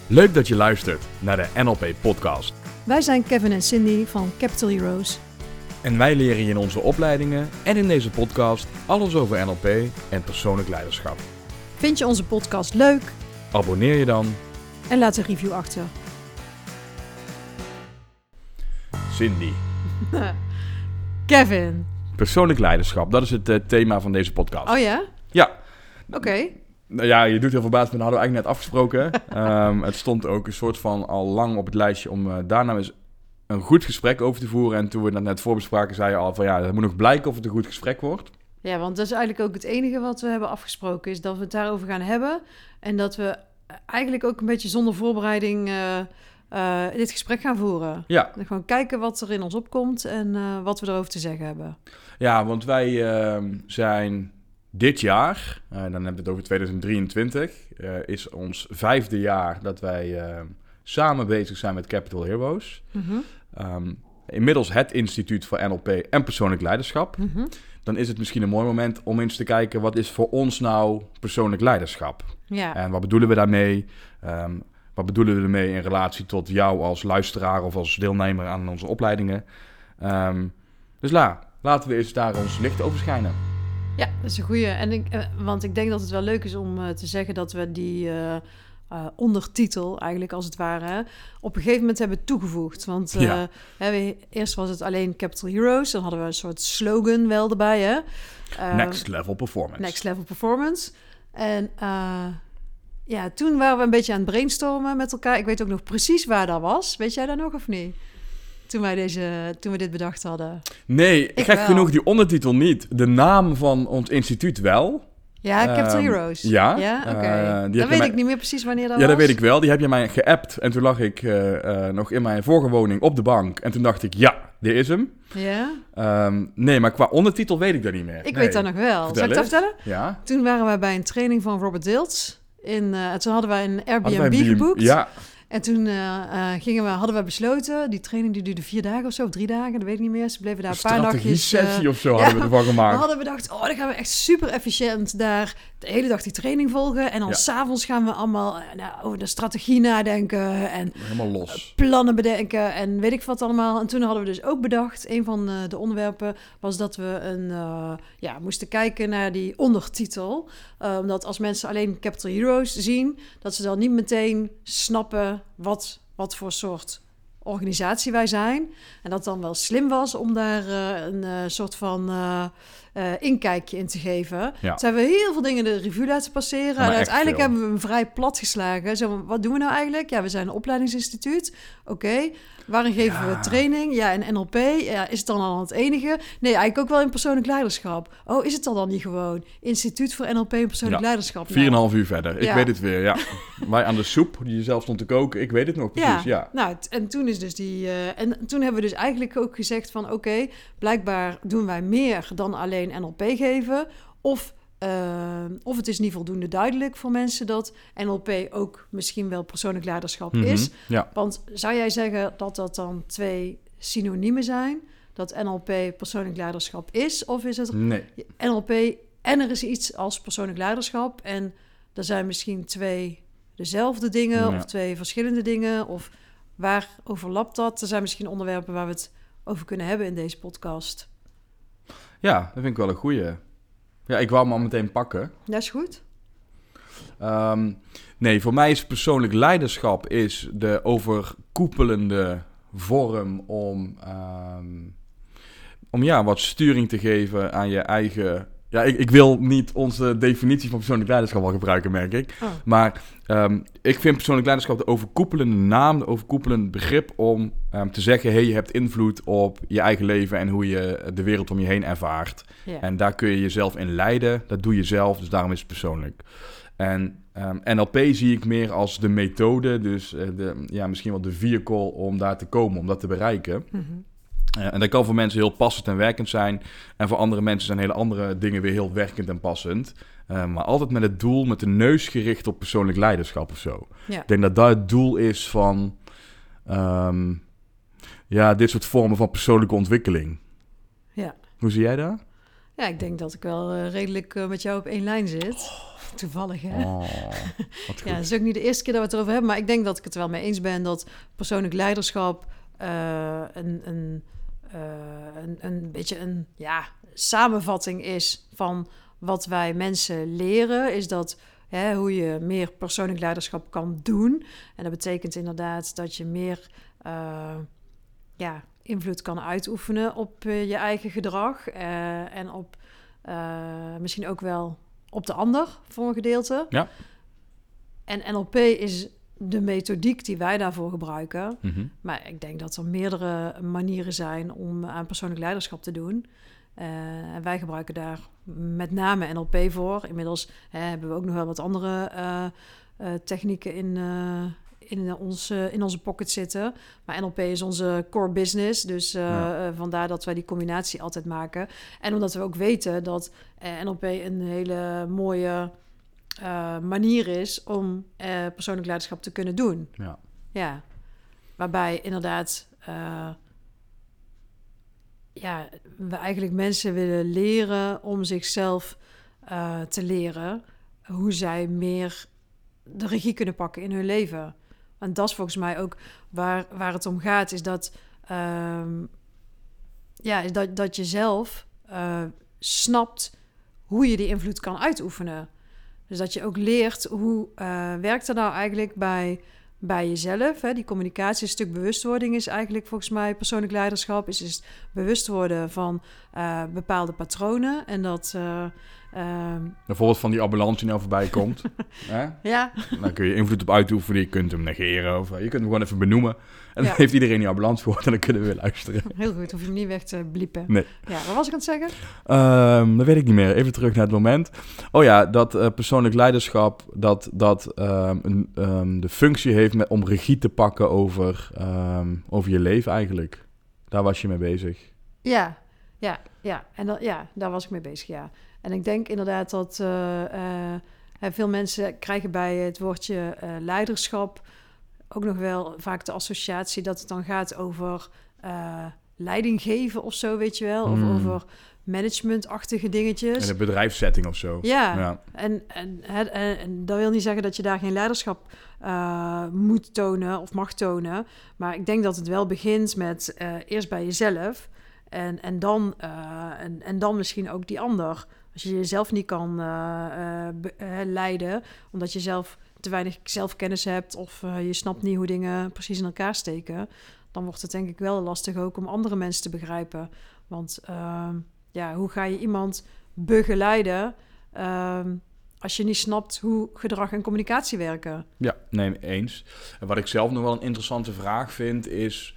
Leuk dat je luistert naar de NLP-podcast. Wij zijn Kevin en Cindy van Capital Heroes. En wij leren je in onze opleidingen en in deze podcast alles over NLP en persoonlijk leiderschap. Vind je onze podcast leuk? Abonneer je dan. En laat een review achter. Cindy. Kevin. Persoonlijk leiderschap, dat is het thema van deze podcast. Oh ja? Ja. Oké. Nou ja, je doet heel verbaasd, maar dat hadden we eigenlijk net afgesproken. Het stond ook een soort van al lang op het lijstje om daar nou eens een goed gesprek over te voeren. En toen we dat net voorbespraken, zei je al van ja, het moet nog blijken of het een goed gesprek wordt. Ja, want dat is eigenlijk ook het enige wat we hebben afgesproken, is dat we het daarover gaan hebben. En dat we eigenlijk ook een beetje zonder voorbereiding dit gesprek gaan voeren. Ja. En gewoon kijken wat er in ons opkomt en wat we erover te zeggen hebben. Ja, want wij zijn dit jaar, dan hebben we het over 2023, is ons 5e jaar dat wij samen bezig zijn met Capital Heroes. Mm-hmm. Inmiddels het instituut voor NLP en persoonlijk leiderschap. Mm-hmm. Dan is het misschien een mooi moment om eens te kijken, wat is voor ons nou persoonlijk leiderschap? Ja. En wat bedoelen we daarmee? Wat bedoelen we ermee in relatie tot jou als luisteraar of als deelnemer aan onze opleidingen? Dus laten we eens daar ons licht over schijnen. Ja, dat is een goeie. Want ik denk dat het wel leuk is om te zeggen dat we die ondertitel eigenlijk als het ware op een gegeven moment hebben toegevoegd. Want eerst was het alleen Capital Heroes. Dan hadden we een soort slogan wel erbij. Hè? Next Level Performance. Next Level Performance. En toen waren we een beetje aan het brainstormen met elkaar. Ik weet ook nog precies waar dat was. Weet jij dat nog of niet? Toen we dit bedacht hadden. Nee, gek genoeg die ondertitel niet. De naam van ons instituut wel. Ja, Capital Heroes. Ja. Oké. Dan weet ik niet meer precies wanneer dat was. Ja, dat weet ik wel. Die heb je mij geappt. En toen lag ik nog in mijn vorige woning op de bank. En toen dacht ik, ja, dit is hem. Ja? Nee, maar qua ondertitel weet ik dat niet meer. Ik weet dat nog wel. Zal ik dat vertellen? Ja. Toen waren wij bij een training van Robert Dilts. Toen hadden wij een Airbnb geboekt. Ja. En toen hadden we besloten, die training die duurde 4 dagen of zo, of 3 dagen, dat weet ik niet meer. Ze bleven daar een paar nachtjes. Strategie-sessie of zo hadden we ervan gemaakt. We hadden bedacht, dan gaan we echt super efficiënt daar de hele dag die training volgen. En dan 's avonds gaan we allemaal over de strategie nadenken en helemaal los. Plannen bedenken en weet ik wat allemaal. En toen hadden we dus ook bedacht, een van de onderwerpen was dat we moesten kijken naar die ondertitel. Omdat als mensen alleen Capital Heroes zien, dat ze dan niet meteen snappen wat voor soort organisatie wij zijn. En dat het dan wel slim was om daar een soort van inkijkje in te geven. Ja. Toen hebben we heel veel dingen de revue laten passeren. Ja, en uiteindelijk veel. hebben we hem vrij plat geslagen. Zo, wat doen we nou eigenlijk? Ja, we zijn een opleidingsinstituut. Oké. Waarin geven we training? Ja, in NLP. Ja, is het dan al het enige? Nee, eigenlijk ook wel in persoonlijk leiderschap. Oh, is het dan niet gewoon? Instituut voor NLP en persoonlijk leiderschap. 4,5 uur verder. Ik weet het weer, ja. Wij aan de soep, die je zelf stond te koken. Ik weet het nog precies, ja. Nou, en toen is dus en toen hebben we dus eigenlijk ook gezegd van oké, blijkbaar doen wij meer dan alleen NLP geven. Of het is niet voldoende duidelijk voor mensen dat NLP ook misschien wel persoonlijk leiderschap is. Ja. Want zou jij zeggen dat dat dan 2 synoniemen zijn? Dat NLP persoonlijk leiderschap is? Of is het NLP en er is iets als persoonlijk leiderschap? En er zijn misschien 2 dezelfde dingen of 2 verschillende dingen? Of waar overlapt dat? Er zijn misschien onderwerpen waar we het over kunnen hebben in deze podcast. Ja, dat vind ik wel een goeie. Ja, ik wou hem al meteen pakken. Dat is goed. Nee, voor mij is persoonlijk leiderschap is de overkoepelende vorm om wat sturing te geven aan je eigen. Ja, ik wil niet onze definitie van persoonlijk leiderschap al gebruiken, merk ik. Oh. Maar ik vind persoonlijk leiderschap de overkoepelende naam, de overkoepelend begrip om te zeggen, hey, je hebt invloed op je eigen leven en hoe je de wereld om je heen ervaart. Yeah. En daar kun je jezelf in leiden, dat doe je zelf, dus daarom is het persoonlijk. En NLP zie ik meer als de methode, dus misschien wel de vehicle om daar te komen, om dat te bereiken. Mm-hmm. En dat kan voor mensen heel passend en werkend zijn. En voor andere mensen zijn hele andere dingen weer heel werkend en passend. Maar altijd met het doel, met de neus gericht op persoonlijk leiderschap of zo. Ja. Ik denk dat dat het doel is van dit soort vormen van persoonlijke ontwikkeling. Ja. Hoe zie jij dat? Ja, ik denk dat ik wel redelijk met jou op één lijn zit. Toevallig, hè? Wat Ja, goed. het is ook niet de eerste keer dat we het erover hebben, maar ik denk dat ik het er wel mee eens ben dat persoonlijk leiderschap een beetje een samenvatting is van wat wij mensen leren. Is dat hoe je meer persoonlijk leiderschap kan doen. En dat betekent inderdaad dat je meer invloed kan uitoefenen op je eigen gedrag en op misschien ook wel op de ander voor een gedeelte. Ja. En NLP is de methodiek die wij daarvoor gebruiken. Mhm. Maar ik denk dat er meerdere manieren zijn om aan persoonlijk leiderschap te doen. En wij gebruiken daar met name NLP voor. Inmiddels hebben we ook nog wel wat andere technieken in onze pocket zitten. Maar NLP is onze core business. Dus vandaar dat wij die combinatie altijd maken. En omdat we ook weten dat NLP een hele mooie manier is om persoonlijk leiderschap te kunnen doen. Ja. Waarbij inderdaad we eigenlijk mensen willen leren om zichzelf te leren hoe zij meer de regie kunnen pakken in hun leven. En dat is volgens mij ook waar het om gaat, is dat dat je zelf snapt hoe je die invloed kan uitoefenen. Dus dat je ook leert hoe werkt dat nou eigenlijk bij jezelf. Hè? Die communicatie, een stuk bewustwording is eigenlijk volgens mij persoonlijk leiderschap. Is het bewust worden van bepaalde patronen. En dat... Bijvoorbeeld van die ambulance die nou voorbij komt. Ja. Dan kun je invloed op uitoefenen. Je kunt hem negeren. Of je kunt hem gewoon even benoemen. En dan Ja. heeft iedereen die ambulance gehoord. En dan kunnen we weer luisteren. Heel goed, hoef je hem niet weg te bliepen. Nee. Ja, wat was ik aan het zeggen? Dat weet ik niet meer. Even terug naar het moment. Oh ja, dat persoonlijk leiderschap... dat de functie heeft om regie te pakken over je leven eigenlijk. Daar was je mee bezig. Ja. En daar was ik mee bezig, ja. En ik denk inderdaad dat veel mensen krijgen bij het woordje leiderschap ook nog wel vaak de associatie dat het dan gaat over leiding geven of zo, weet je wel. Of over managementachtige dingetjes. In een bedrijfssetting of zo. Ja. En dat wil niet zeggen dat je daar geen leiderschap moet tonen of mag tonen. Maar ik denk dat het wel begint met eerst bij jezelf. En dan misschien ook die ander. Als je jezelf niet kan leiden, omdat je zelf te weinig zelfkennis hebt of je snapt niet hoe dingen precies in elkaar steken, dan wordt het denk ik wel lastig ook om andere mensen te begrijpen. Want hoe ga je iemand begeleiden als je niet snapt hoe gedrag en communicatie werken? Ja, nee, eens. En wat ik zelf nog wel een interessante vraag vind is...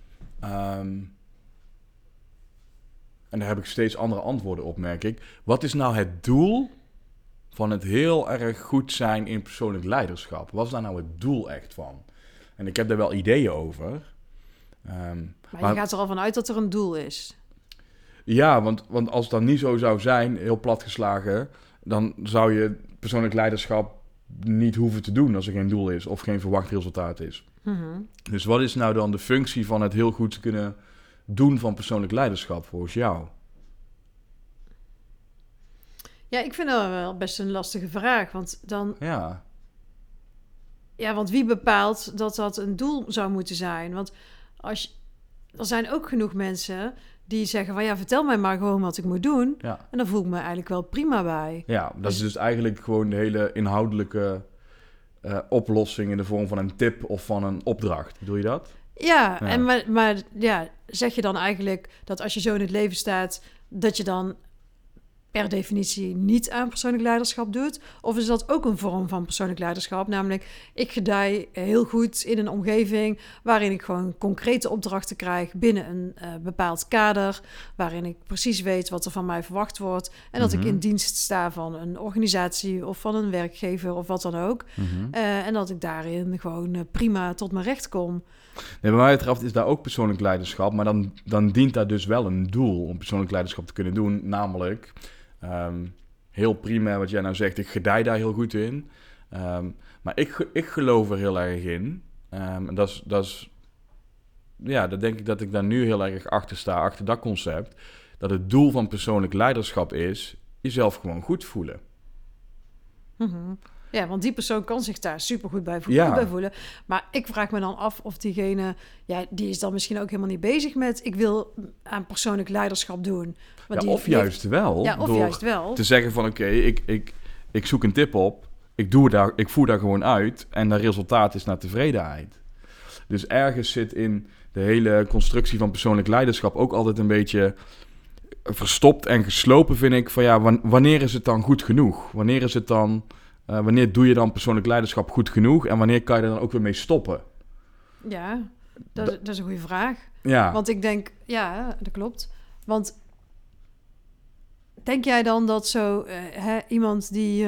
en daar heb ik steeds andere antwoorden op, merk ik. Wat is nou het doel van het heel erg goed zijn in persoonlijk leiderschap? Wat is daar nou het doel echt van? En ik heb daar wel ideeën over. Maar je gaat er al van uit dat er een doel is. Ja, want als het dan niet zo zou zijn, heel platgeslagen... dan zou je persoonlijk leiderschap niet hoeven te doen als er geen doel is... of geen verwacht resultaat is. Mm-hmm. Dus wat is nou dan de functie van het heel goed kunnen doen van persoonlijk leiderschap volgens jou? Ja, ik vind dat wel best een lastige vraag. Want dan... Ja, want wie bepaalt dat dat een doel zou moeten zijn? Want er zijn ook genoeg mensen die zeggen van... vertel mij maar gewoon wat ik moet doen. ja. En dan voel ik me eigenlijk wel prima bij. Ja, dat is dus eigenlijk gewoon de hele inhoudelijke oplossing... in de vorm van een tip of van een opdracht. Bedoel je dat? Ja, Ja. en maar zeg je dan eigenlijk dat als je zo in het leven staat... dat je dan per definitie niet aan persoonlijk leiderschap doet? Of is dat ook een vorm van persoonlijk leiderschap? Namelijk, ik gedij heel goed in een omgeving... waarin ik gewoon concrete opdrachten krijg... binnen een bepaald kader... waarin ik precies weet wat er van mij verwacht wordt... en dat ik in dienst sta van een organisatie... of van een werkgever of wat dan ook. En dat ik daarin gewoon prima tot mijn recht kom... Nee, bij mij betreft is daar ook persoonlijk leiderschap... maar dan dient daar dus wel een doel om persoonlijk leiderschap te kunnen doen. Namelijk, heel prima wat jij nou zegt, ik gedij daar heel goed in. Maar ik geloof er heel erg in. En dat denk ik dat ik daar nu heel erg achter sta, achter dat concept... dat het doel van persoonlijk leiderschap is jezelf gewoon goed voelen. Mm-hmm. Ja, want die persoon kan zich daar supergoed bij voelen. Maar ik vraag me dan af of diegene... Ja, die is dan misschien ook helemaal niet bezig met... ik wil aan persoonlijk leiderschap doen. Want juist wel. Ja, of juist wel. Te zeggen van oké, ik zoek een tip op. Ik voer daar gewoon uit. En dat resultaat is naar tevredenheid. Dus ergens zit in de hele constructie van persoonlijk leiderschap... ook altijd een beetje verstopt en geslopen, vind ik. Van ja, wanneer is het dan goed genoeg? Wanneer doe je dan persoonlijk leiderschap goed genoeg? En wanneer kan je er dan ook weer mee stoppen? Ja, dat is een goede vraag. Ja. Want ik denk, ja, dat klopt. Want denk jij dan dat zo iemand die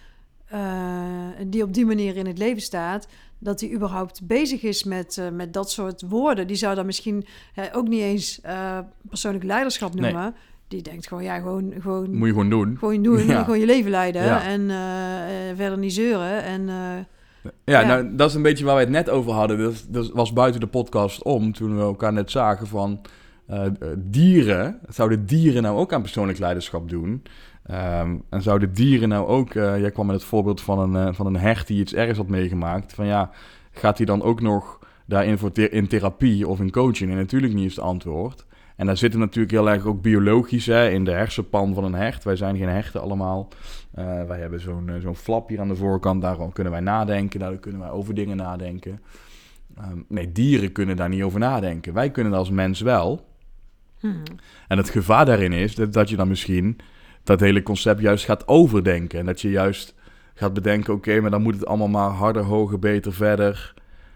op die manier in het leven staat... dat hij überhaupt bezig is met dat soort woorden... die zou dan misschien ook niet eens persoonlijk leiderschap noemen... Nee. Die denkt gewoon, gewoon... Moet je gewoon doen. Gewoon doen, gewoon je leven leiden en verder niet zeuren. En, nou, dat is een beetje waar we het net over hadden. Dat was buiten de podcast om, toen we elkaar net zagen van... zouden dieren nou ook aan persoonlijk leiderschap doen? En zouden dieren nou ook... jij kwam met het voorbeeld van een hert die iets ergs had meegemaakt. Van ja, gaat hij dan ook nog daarin in therapie of in coaching? En natuurlijk niet is het antwoord. En daar zitten natuurlijk heel erg ook biologisch in de hersenpan van een hert. Wij zijn geen herten allemaal. Wij hebben zo'n flap hier aan de voorkant. Daar kunnen wij nadenken. Daar kunnen wij over dingen nadenken. Nee, dieren kunnen daar niet over nadenken. Wij kunnen dat als mens wel. En het gevaar daarin is dat je dan misschien dat hele concept juist gaat overdenken. En dat je juist gaat bedenken, oké, maar dan moet het allemaal maar harder, hoger, beter, verder.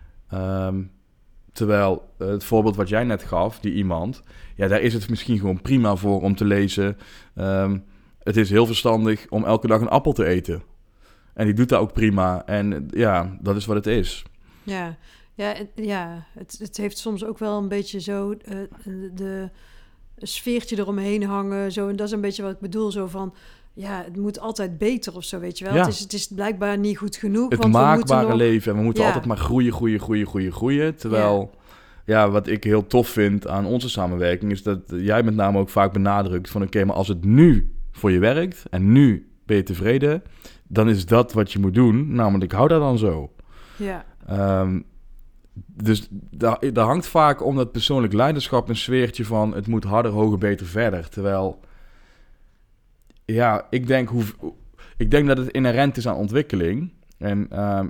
Terwijl het voorbeeld wat jij net gaf, die iemand... ja, daar is het misschien gewoon prima voor om te lezen. Het is heel verstandig om elke dag een appel te eten. En die doet dat ook prima. En ja, dat is wat het is. Ja, het heeft soms ook wel een beetje zo... de sfeertje eromheen hangen. Zo, en dat is een beetje wat ik bedoel. Zo van, ja, het moet altijd beter of zo, weet je wel. Ja. Het is blijkbaar niet goed genoeg. Het want maakbare leven. En we moeten altijd maar groeien. Terwijl, wat ik heel tof vind aan onze samenwerking... is dat jij met name ook vaak benadrukt van... oké, maar als het nu voor je werkt en nu ben je tevreden... dan is dat wat je moet doen. Namelijk, hou daar dan zo. Ja. Dus daar hangt vaak om dat persoonlijk leiderschap een sfeertje van... het moet harder, hoger, beter, verder. Terwijl, ja, ik denk dat het inherent is aan ontwikkeling. En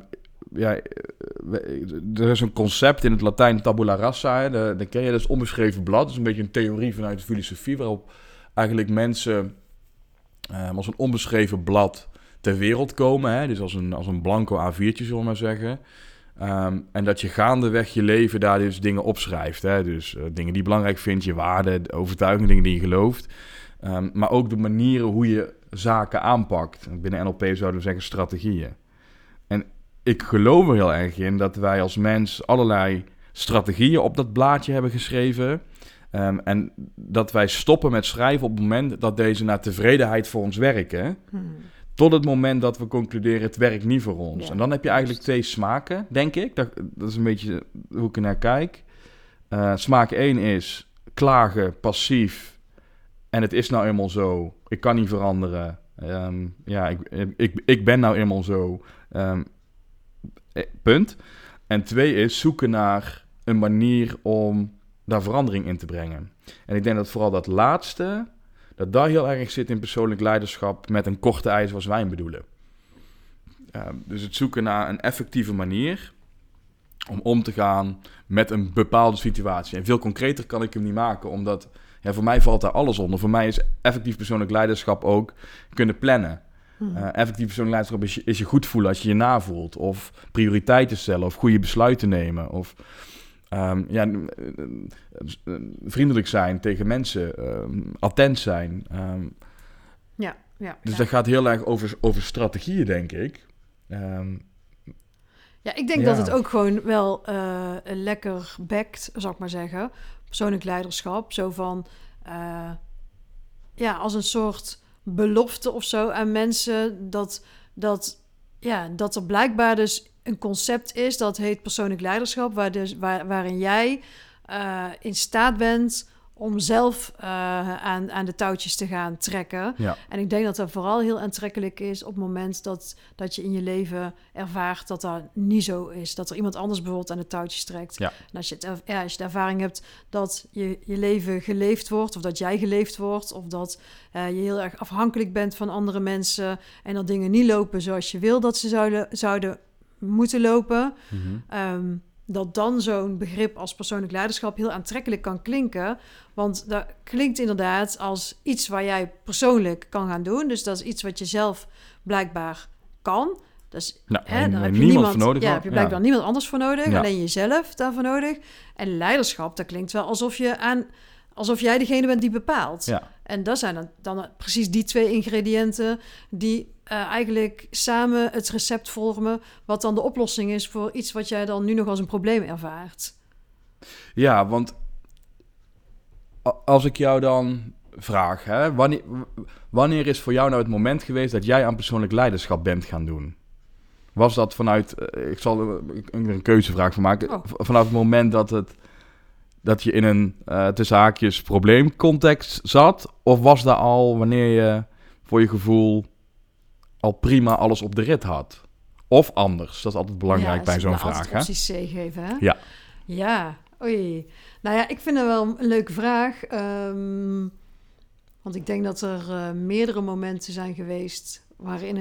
er is een concept in het Latijn tabula rasa. Dat ken je, dat is onbeschreven blad. Dat is een beetje een theorie vanuit de filosofie... waarop eigenlijk mensen als een onbeschreven blad ter wereld komen. Hè? Dus als een blanco A4'tje, zullen we maar zeggen... en dat je gaandeweg je leven daar dus dingen opschrijft. Hè? Dus dingen die je belangrijk vindt, je waarden, overtuigingen, dingen die je gelooft. Maar ook de manieren hoe je zaken aanpakt. Binnen NLP zouden we zeggen strategieën. En ik geloof er heel erg in dat wij als mens allerlei strategieën op dat blaadje hebben geschreven. En dat wij stoppen met schrijven op het moment dat deze naar tevredenheid voor ons werken. Tot het moment dat we concluderen, het werkt niet voor ons. Ja, en dan heb je eigenlijk 2 smaken, denk ik. Dat is een beetje hoe ik er naar kijk. Smaak 1 is klagen, passief. En het is nou eenmaal zo. Ik kan niet veranderen. Ik ben nou eenmaal zo. Punt. En 2 is zoeken naar een manier om daar verandering in te brengen. En ik denk dat vooral dat laatste... dat daar heel erg zit in persoonlijk leiderschap... met een korte ijzer zoals wij hem bedoelen. Dus het zoeken naar een effectieve manier... om te gaan met een bepaalde situatie. En veel concreter kan ik hem niet maken... omdat voor mij valt daar alles onder. Voor mij is effectief persoonlijk leiderschap ook kunnen plannen. Effectief persoonlijk leiderschap is je goed voelen als je je navoelt. Of prioriteiten stellen of goede besluiten nemen. Of... vriendelijk zijn tegen mensen, attent zijn. Dus dat gaat heel erg over strategieën, denk ik. Ik denk dat het ook gewoon wel lekker backt, zal ik maar zeggen. Persoonlijk leiderschap, zo van... als een soort belofte of zo aan mensen... dat er blijkbaar dus een concept is, dat heet persoonlijk leiderschap... waarin jij in staat bent om zelf aan de touwtjes te gaan trekken. Ja. En ik denk dat dat vooral heel aantrekkelijk is op het moment dat je in je leven ervaart dat dat niet zo is. Dat er iemand anders bijvoorbeeld aan de touwtjes trekt. Ja. En als je de ervaring hebt dat je leven geleefd wordt, of dat jij geleefd wordt, of dat je heel erg afhankelijk bent van andere mensen en dat dingen niet lopen zoals je wil dat ze zouden moeten lopen, dat dan zo'n begrip als persoonlijk leiderschap heel aantrekkelijk kan klinken. Want dat klinkt inderdaad als iets waar jij persoonlijk kan gaan doen. Dus dat is iets wat je zelf blijkbaar kan. Dus, Nou, daar heb je niemand voor nodig. Ja, heb je blijkbaar niemand anders voor nodig. Ja. Alleen jezelf daarvoor nodig. En leiderschap, dat klinkt wel alsof jij degene bent die bepaalt. Ja. En dat zijn dan precies die 2 ingrediënten die eigenlijk samen het recept vormen, wat dan de oplossing is voor iets wat jij dan nu nog als een probleem ervaart. Ja, want als ik jou dan vraag, hè, wanneer is voor jou nou het moment geweest dat jij aan persoonlijk leiderschap bent gaan doen? Was dat vanuit, ik zal er een keuzevraag van maken, vanaf het moment dat je in een tussen haakjes probleemcontext zat? Of was dat al wanneer je voor je gevoel al prima alles op de rit had? Of anders? Dat is altijd belangrijk bij zo'n vraag. Ja, opties C geven, hè? Ja. Ja, oei. Nou ja, ik vind het wel een leuke vraag. Want ik denk dat er meerdere momenten zijn geweest waarin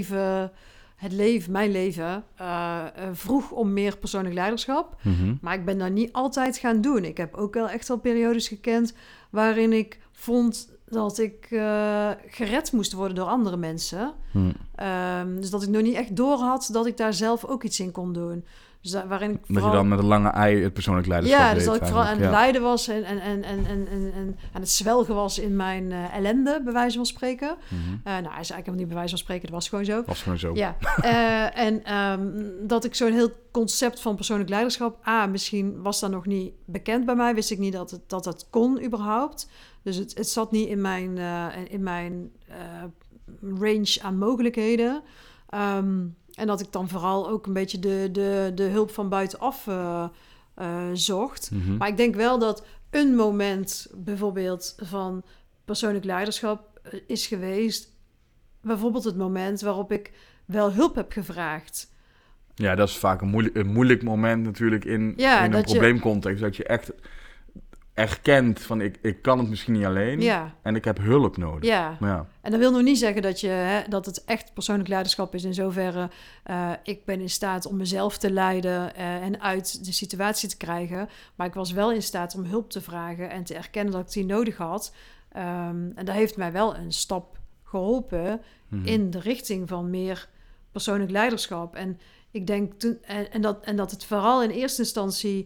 mijn leven vroeg om meer persoonlijk leiderschap. Mm-hmm. Maar ik ben dat niet altijd gaan doen. Ik heb ook wel echt wel periodes gekend waarin ik vond dat ik gered moest worden door andere mensen. Dus dat ik nog niet echt door had dat ik daar zelf ook iets in kon doen. Dus waarin ik Dat je dan met een lange ei het persoonlijk leiderschap deed. Dus dat ik vooral aan het lijden was en aan het zwelgen was in mijn ellende, bij wijze van spreken. Mm-hmm. Hij is eigenlijk helemaal niet bij wijze van spreken, dat was gewoon zo. Was gewoon zo. Ja, dat ik zo'n heel concept van persoonlijk leiderschap, misschien was dat nog niet bekend bij mij, wist ik niet dat het kon überhaupt. Dus het zat niet in mijn range aan mogelijkheden. En dat ik dan vooral ook een beetje de hulp van buitenaf zocht. Mm-hmm. Maar ik denk wel dat een moment bijvoorbeeld van persoonlijk leiderschap is geweest. Bijvoorbeeld het moment waarop ik wel hulp heb gevraagd. Ja, dat is vaak een moeilijk moment natuurlijk in een probleemcontext. Dat je echt erkent van ik kan het misschien niet alleen en ik heb hulp nodig. Ja. Ja. En dat wil nog niet zeggen dat het echt persoonlijk leiderschap is in zoverre ik ben in staat om mezelf te leiden en uit de situatie te krijgen. Maar ik was wel in staat om hulp te vragen en te erkennen dat ik die nodig had. En dat heeft mij wel een stap geholpen in de richting van meer persoonlijk leiderschap. En ik denk dat het vooral in eerste instantie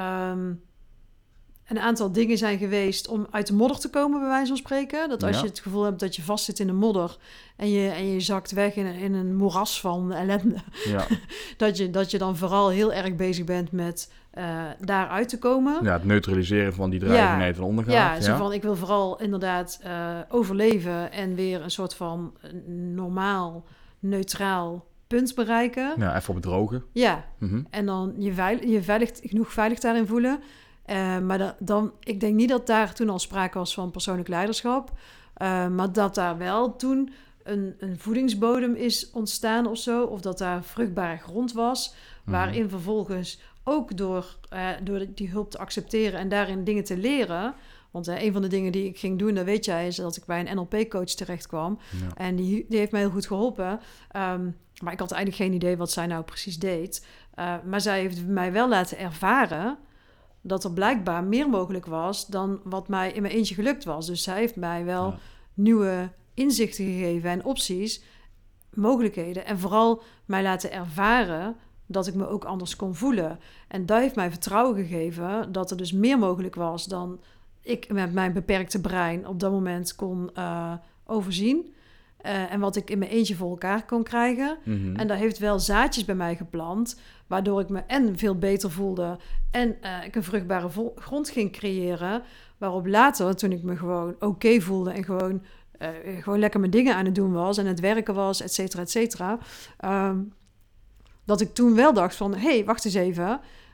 een aantal dingen zijn geweest om uit de modder te komen, bij wijze van spreken. Dat als je het gevoel hebt dat je vast zit in de modder en je zakt weg in een moeras van ellende, dat je dan vooral heel erg bezig bent met daaruit te komen. Ja, het neutraliseren van die dreiging ten ondergaat. Ja, zo van ik wil vooral inderdaad overleven en weer een soort van normaal, neutraal punt bereiken. Ja, even op het droge. Ja, Mm-hmm. en dan genoeg veilig daarin voelen. Maar ik denk niet dat daar toen al sprake was van persoonlijk leiderschap. Maar dat daar wel toen een voedingsbodem is ontstaan of zo. Of dat daar vruchtbare grond was. Waarin vervolgens ook door die hulp te accepteren en daarin dingen te leren. Want een van de dingen die ik ging doen, dat weet jij, is dat ik bij een NLP-coach terecht kwam. Ja. En die heeft mij heel goed geholpen. Maar ik had eigenlijk geen idee wat zij nou precies deed. Maar zij heeft mij wel laten ervaren dat er blijkbaar meer mogelijk was dan wat mij in mijn eentje gelukt was. Dus zij heeft mij wel nieuwe inzichten gegeven en opties, mogelijkheden. En vooral mij laten ervaren dat ik me ook anders kon voelen. En dat heeft mij vertrouwen gegeven dat er dus meer mogelijk was dan ik met mijn beperkte brein op dat moment kon overzien. En wat ik in mijn eentje voor elkaar kon krijgen. Mm-hmm. En dat heeft wel zaadjes bij mij geplant, waardoor ik me en veel beter voelde en ik een vruchtbare grond ging creëren, waarop later, toen ik me gewoon oké voelde en gewoon lekker mijn dingen aan het doen was en het werken was, et cetera, dat ik toen wel dacht van, hey, wacht eens even,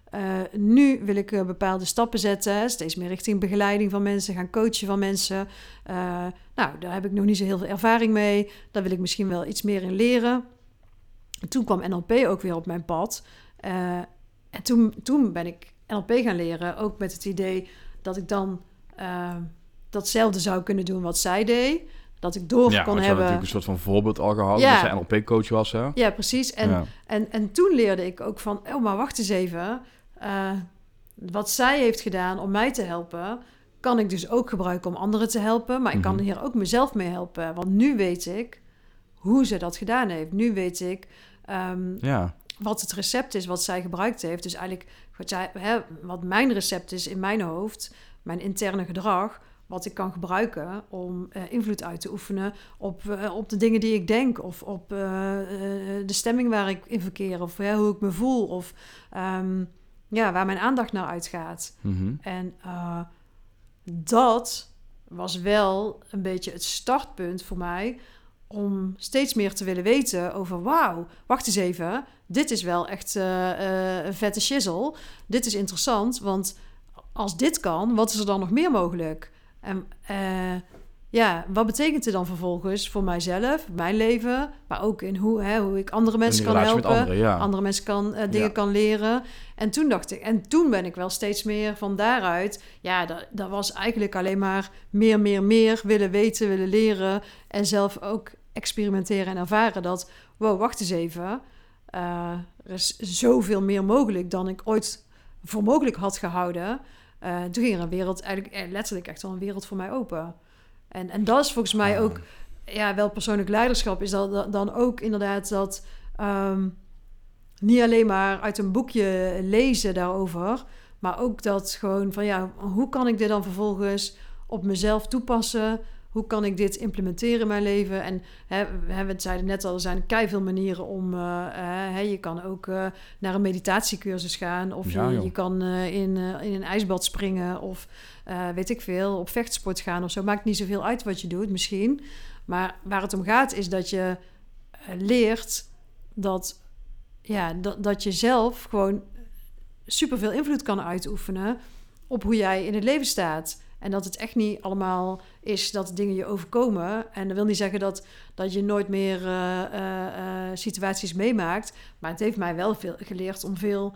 Nu wil ik bepaalde stappen zetten, steeds meer richting begeleiding van mensen, gaan coachen van mensen. Nou, daar heb ik nog niet zo heel veel ervaring mee. Daar wil ik misschien wel iets meer in leren. En toen kwam NLP ook weer op mijn pad. En toen ben ik NLP gaan leren, ook met het idee dat ik dan datzelfde zou kunnen doen wat zij deed. Dat ik door kon hebben. Ja, natuurlijk een soort van voorbeeld al gehad, Ja. dat zij NLP-coach was. Hè? Ja, precies. En toen leerde ik ook van, maar wacht eens even. Wat zij heeft gedaan om mij te helpen, kan ik dus ook gebruiken om anderen te helpen. Maar ik kan hier ook mezelf mee helpen. Want nu weet ik hoe ze dat gedaan heeft. Nu weet ik wat het recept is wat zij gebruikt heeft. Dus eigenlijk wat mijn recept is in mijn hoofd, mijn interne gedrag, wat ik kan gebruiken om invloed uit te oefenen op de dingen die ik denk, of op de stemming waar ik in verkeer, of hoe ik me voel, of waar mijn aandacht naar uitgaat. En dat was wel een beetje het startpunt voor mij om steeds meer te willen weten over, wauw, wacht eens even, dit is wel echt een vette shizzle. Dit is interessant, want als dit kan, wat is er dan nog meer mogelijk? En wat betekent het dan vervolgens voor mijzelf, mijn leven, maar ook in hoe ik andere mensen kan helpen, andere mensen dingen kan leren. En toen dacht ik, en toen ben ik wel steeds meer van daaruit, dat was eigenlijk alleen maar meer willen weten, willen leren en zelf ook experimenteren en ervaren dat, wow, wacht eens even, er is zoveel meer mogelijk dan ik ooit voor mogelijk had gehouden. Toen ging er een wereld, eigenlijk letterlijk echt wel een wereld voor mij open. En dat is volgens mij ook, wel persoonlijk leiderschap, is dat dan ook inderdaad dat niet alleen maar uit een boekje lezen daarover, maar ook dat gewoon van, hoe kan ik dit dan vervolgens op mezelf toepassen? Hoe kan ik dit implementeren in mijn leven? En we zeiden net al, er zijn keiveel manieren om... je kan ook naar een meditatiecursus gaan. Of je kan in een ijsbad springen. Of weet ik veel, op vechtsport gaan of zo. Maakt niet zoveel uit wat je doet misschien. Maar waar het om gaat is dat je leert dat je zelf gewoon superveel invloed kan uitoefenen op hoe jij in het leven staat. En dat het echt niet allemaal is dat dingen je overkomen. En dat wil niet zeggen dat je nooit meer situaties meemaakt. Maar het heeft mij wel veel geleerd om veel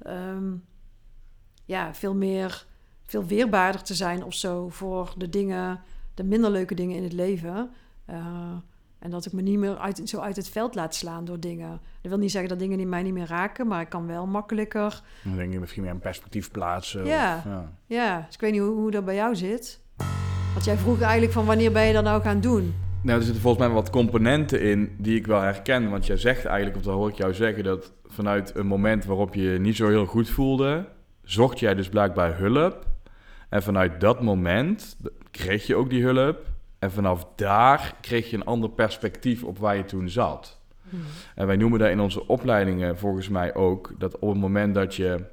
weerbaarder te zijn of zo voor de dingen, de minder leuke dingen in het leven. En dat ik me niet meer uit het veld laat slaan door dingen. Dat wil niet zeggen dat dingen mij niet meer raken, maar ik kan wel makkelijker... Dan denk je misschien meer een perspectief plaatsen. Dus ik weet niet hoe dat bij jou zit. Want jij vroeg eigenlijk van wanneer ben je dat nou gaan doen? Nou, er zitten volgens mij wat componenten in die ik wel herken. Want jij zegt eigenlijk, of dat hoor ik jou zeggen, dat vanuit een moment waarop je je niet zo heel goed voelde, zocht jij dus blijkbaar hulp. En vanuit dat moment kreeg je ook die hulp. En vanaf daar kreeg je een ander perspectief op waar je toen zat. En wij noemen dat in onze opleidingen volgens mij ook, dat op het moment dat je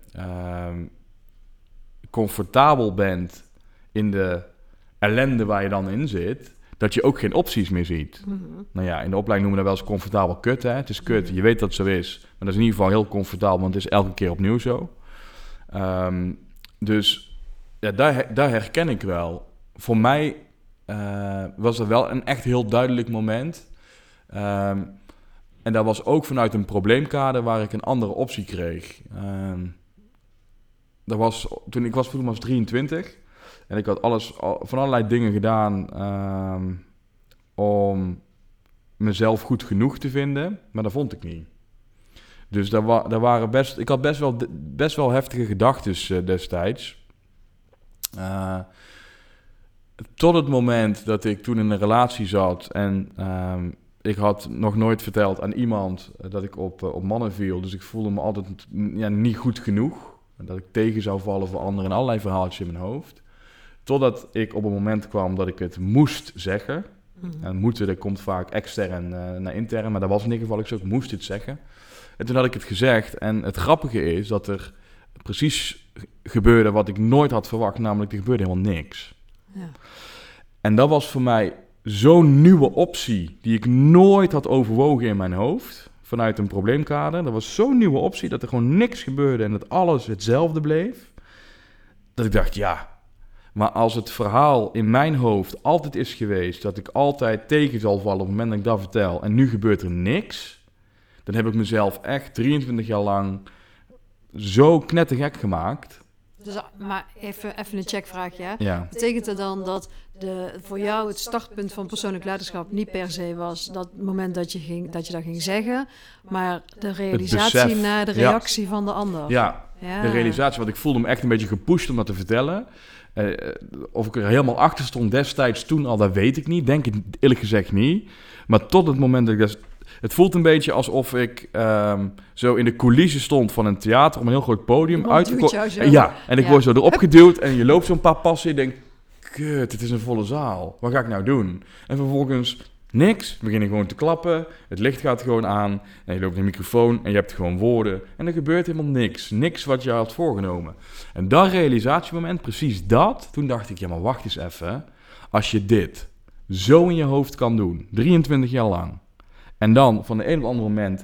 comfortabel bent in de ellende waar je dan in zit, dat je ook geen opties meer ziet. Nou ja, in de opleiding noemen we dat wel eens comfortabel kut. Hè? Het is kut, je weet dat het zo is. Maar dat is in ieder geval heel comfortabel, want het is elke keer opnieuw zo. Dus daar herken ik wel. Voor mij was er wel een echt heel duidelijk moment. En dat was ook vanuit een probleemkader waar ik een andere optie kreeg. Ik was 23 en ik had van allerlei dingen gedaan om mezelf goed genoeg te vinden, maar dat vond ik niet. Dus ik had best wel heftige gedachten destijds. Tot het moment dat ik toen in een relatie zat en ik had nog nooit verteld aan iemand dat ik op mannen viel. Dus ik voelde me altijd niet goed genoeg. Dat ik tegen zou vallen voor anderen en allerlei verhaaltjes in mijn hoofd. Totdat ik op een moment kwam dat ik het moest zeggen. En moeten, dat komt vaak extern naar intern. Maar dat was in ieder geval, ik moest het zeggen. En toen had ik het gezegd. En het grappige is dat er precies gebeurde wat ik nooit had verwacht. Namelijk, er gebeurde helemaal niks. Ja. En dat was voor mij zo'n nieuwe optie die ik nooit had overwogen in mijn hoofd. vanuit een probleemkader. Dat was zo'n nieuwe optie dat er gewoon niks gebeurde en dat alles hetzelfde bleef. Dat ik dacht, ja, maar als het verhaal in mijn hoofd altijd is geweest dat ik altijd tegen zal vallen op het moment dat ik dat vertel en nu gebeurt er niks, dan heb ik mezelf echt 23 jaar lang zo knettergek gemaakt. Dus, maar even een checkvraagje. Hè? Ja. Betekent het dan dat voor jou het startpunt van persoonlijk leiderschap niet per se was dat moment dat je dat ging zeggen, maar de realisatie besef, naar de reactie van de ander? Ja, de realisatie, want ik voelde me echt een beetje gepusht om dat te vertellen. Of ik er helemaal achter stond destijds toen al, dat weet ik niet. Denk ik eerlijk gezegd niet. Maar tot het moment dat ik dat... Het voelt een beetje alsof ik zo in de coulissen stond van een theater op een heel groot podium. Ja, en ik word zo erop geduwd en je loopt zo'n paar passen en je denkt, kut, het is een volle zaal. Wat ga ik nou doen? En vervolgens niks, begin ik gewoon te klappen, het licht gaat gewoon aan en je loopt in de microfoon en je hebt gewoon woorden. En er gebeurt helemaal niks. Niks wat je had voorgenomen. En dat realisatiemoment, precies dat, toen dacht ik, ja maar wacht eens even. Als je dit zo in je hoofd kan doen, 23 jaar lang, en dan van de een op andere moment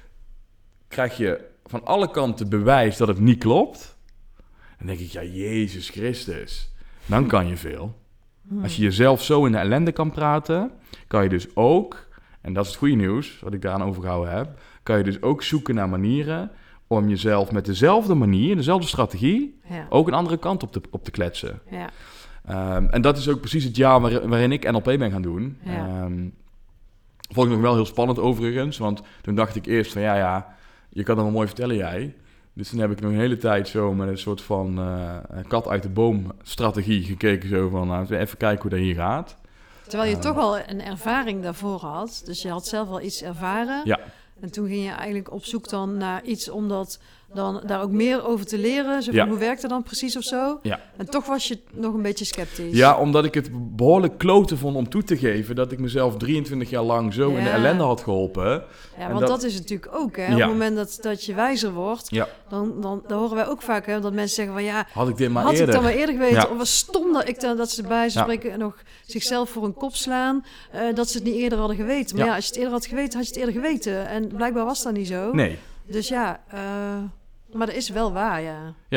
krijg je van alle kanten bewijs dat het niet klopt. Dan denk ik, ja, Jezus Christus. Dan kan je veel. Als je jezelf zo in de ellende kan praten, kan je dus ook, en dat is het goede nieuws, wat ik daaraan overgehouden heb, kan je dus ook zoeken naar manieren om jezelf met dezelfde manier, dezelfde strategie, ook een andere kant op te kletsen. Ja. En dat is ook precies het jaar waarin ik NLP ben gaan doen. Ja. Vond ik nog wel heel spannend overigens, want toen dacht ik eerst van ja, je kan dat wel mooi vertellen jij. Dus toen heb ik nog een hele tijd zo met een soort van kat uit de boom strategie gekeken. Zo van, even kijken hoe dat hier gaat. Terwijl je toch al een ervaring daarvoor had. Dus je had zelf al iets ervaren. Ja. En toen ging je eigenlijk op zoek dan naar iets om dat dan daar ook meer over te leren. Zo van, hoe werkt dat dan precies of zo? Ja. En toch was je nog een beetje sceptisch. Ja, omdat ik het behoorlijk kloten vond om toe te geven dat ik mezelf 23 jaar lang zo in de ellende had geholpen. Ja, want dat is natuurlijk ook, hè. Op het moment dat je wijzer wordt, dan horen wij ook vaak, hè, dat mensen zeggen van ja, had ik dit maar had eerder. ik dan maar eerder geweten? Ja. Of was stom dat ze bij ze spreken nog zichzelf voor een kop slaan, dat ze het niet eerder hadden geweten. Maar ja, als je het eerder had geweten, had je het eerder geweten. En blijkbaar was dat niet zo. Nee. Dus ja, maar dat is wel waar, ja. Ja,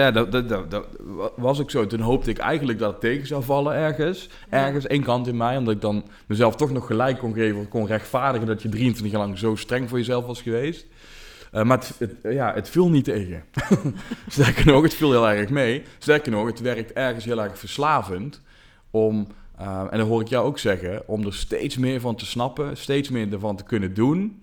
dat was ook zo. Toen hoopte ik eigenlijk dat het tegen zou vallen ergens. Ergens, één kant in mij. Omdat ik dan mezelf toch nog gelijk kon geven. Of kon rechtvaardigen dat je 23 jaar lang zo streng voor jezelf was geweest. Maar het viel niet tegen. Sterker nog, het viel heel erg mee. Sterker nog, het werkt ergens heel erg verslavend. En dat hoor ik jou ook zeggen. Om er steeds meer van te snappen. Steeds meer ervan te kunnen doen.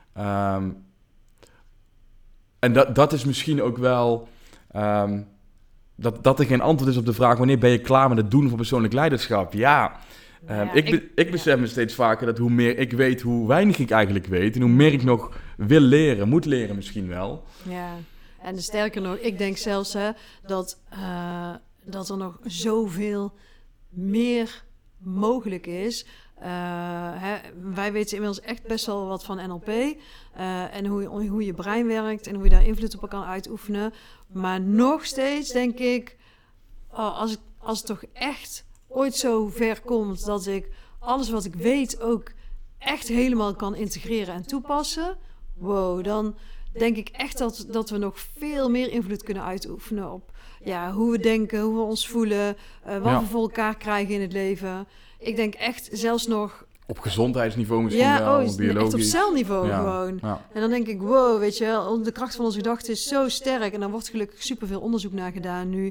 En dat is misschien ook wel... dat er geen antwoord is op de vraag... wanneer ben je klaar met het doen van persoonlijk leiderschap? Ja, ik besef me steeds vaker dat hoe meer ik weet... hoe weinig ik eigenlijk weet... en hoe meer ik nog wil leren, moet leren misschien wel. Ja, en sterker nog, ik denk zelfs dat er nog zoveel meer mogelijk is... wij weten inmiddels echt best wel wat van NLP en hoe je brein werkt en hoe je daar invloed op kan uitoefenen. Maar nog steeds denk ik, als het toch echt ooit zo ver komt dat ik alles wat ik weet ook echt helemaal kan integreren en toepassen, dan denk ik echt dat we nog veel meer invloed kunnen uitoefenen op hoe we denken, hoe we ons voelen, wat we voor elkaar krijgen in het leven. Ik denk echt zelfs nog... Op gezondheidsniveau misschien wel, biologisch. Echt op celniveau gewoon. Ja. En dan denk ik, weet je wel, de kracht van onze gedachten is zo sterk. En daar wordt gelukkig superveel onderzoek naar gedaan nu.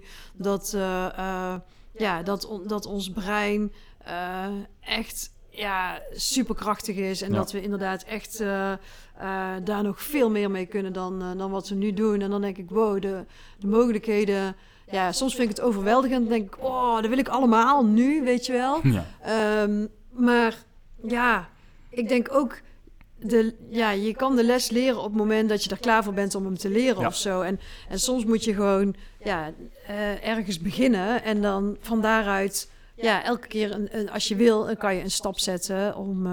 Dat ons brein echt superkrachtig is. En dat we inderdaad echt daar nog veel meer mee kunnen dan wat we nu doen. En dan denk ik, de mogelijkheden... Ja, soms vind ik het overweldigend. Dan denk ik, dat wil ik allemaal nu, weet je wel. Ja. Maar ja, ik denk ook... je kan de les leren op het moment dat je er klaar voor bent om hem te leren of zo. En soms moet je gewoon ergens beginnen. En dan van daaruit, elke keer als je wil, kan je een stap zetten om